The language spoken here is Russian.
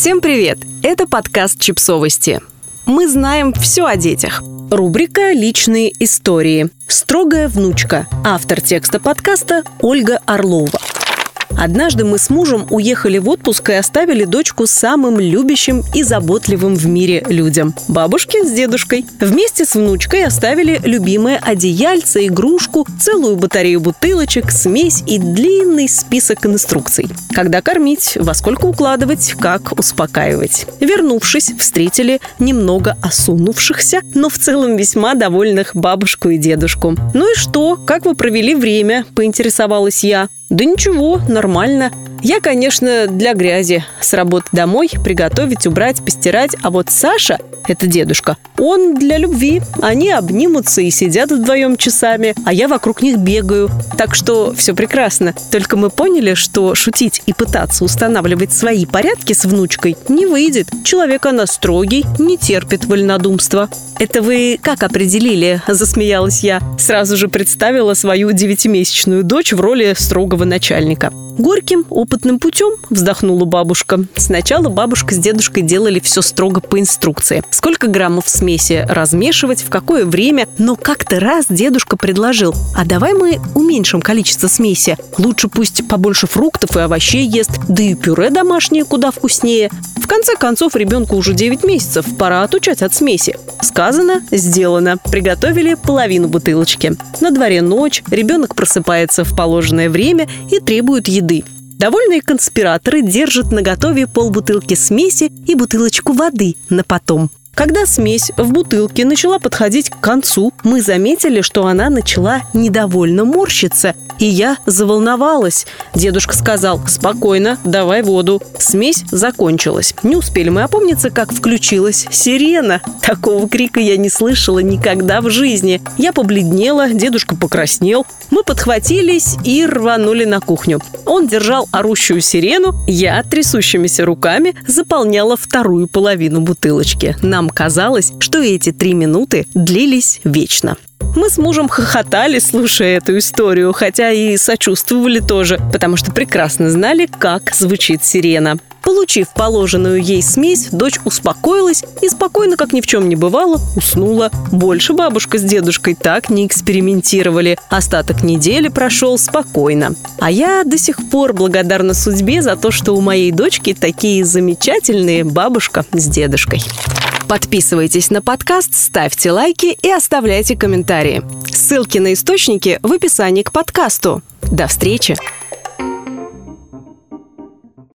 Всем привет! Это подкаст «Чипсовости». Мы знаем все о детях. Рубрика «Личные истории». Строгая внучка. Автор текста подкаста Ольга Орлова. Однажды мы с мужем уехали в отпуск и оставили дочку самым любящим и заботливым в мире людям – бабушке с дедушкой. Вместе с внучкой оставили любимое одеяльце, игрушку, целую батарею бутылочек, смесь и длинный список инструкций. Когда кормить, во сколько укладывать, как успокаивать. Вернувшись, встретили немного осунувшихся, но в целом весьма довольных бабушку и дедушку. «Ну и что? Как вы провели время?» – поинтересовалась я. «Да ничего, нормально. Я, конечно, для грязи. С работы домой приготовить, убрать, постирать. А вот Саша, это дедушка, он для любви. Они обнимутся и сидят вдвоем часами, а я вокруг них бегаю. Так что все прекрасно. Только мы поняли, что шутить и пытаться устанавливать свои порядки с внучкой не выйдет. Человек она строгий, не терпит вольнодумства». «Это вы как определили?» – засмеялась я. Сразу же представила свою 9-месячную дочь в роли строгого начальника. «Горьким, опытным путем», – вздохнула бабушка. Сначала бабушка с дедушкой делали все строго по инструкции. Сколько граммов смеси размешивать, в какое время. Но как-то раз дедушка предложил: «А давай мы уменьшим количество смеси. Лучше пусть побольше фруктов и овощей ест, да и пюре домашнее куда вкуснее». В конце концов, ребенку уже 9 месяцев, пора отучать от смеси. Сказано, сделано. Приготовили половину бутылочки. На дворе ночь, ребенок просыпается в положенное время и требует еды. Довольные конспираторы держат наготове полбутылки смеси и бутылочку воды на потом. Когда смесь в бутылке начала подходить к концу, мы заметили, что она начала недовольно морщиться, и я заволновалась. Дедушка сказал: «Спокойно, давай воду». Смесь закончилась. Не успели мы опомниться, как включилась сирена. Такого крика я не слышала никогда в жизни. Я побледнела, дедушка покраснел. Мы подхватились и рванули на кухню. Он держал орущую сирену, я трясущимися руками заполняла вторую половину бутылочки. Нам казалось, что эти 3 минуты длились вечно. Мы с мужем хохотали, слушая эту историю, хотя и сочувствовали тоже, потому что прекрасно знали, как звучит сирена. Получив положенную ей смесь, дочь успокоилась и спокойно, как ни в чем не бывало, уснула. Больше бабушка с дедушкой так не экспериментировали. Остаток недели прошел спокойно. А я до сих пор благодарна судьбе за то, что у моей дочки такие замечательные бабушка с дедушкой. Подписывайтесь на подкаст, ставьте лайки и оставляйте комментарии. Ссылки на источники в описании к подкасту. До встречи!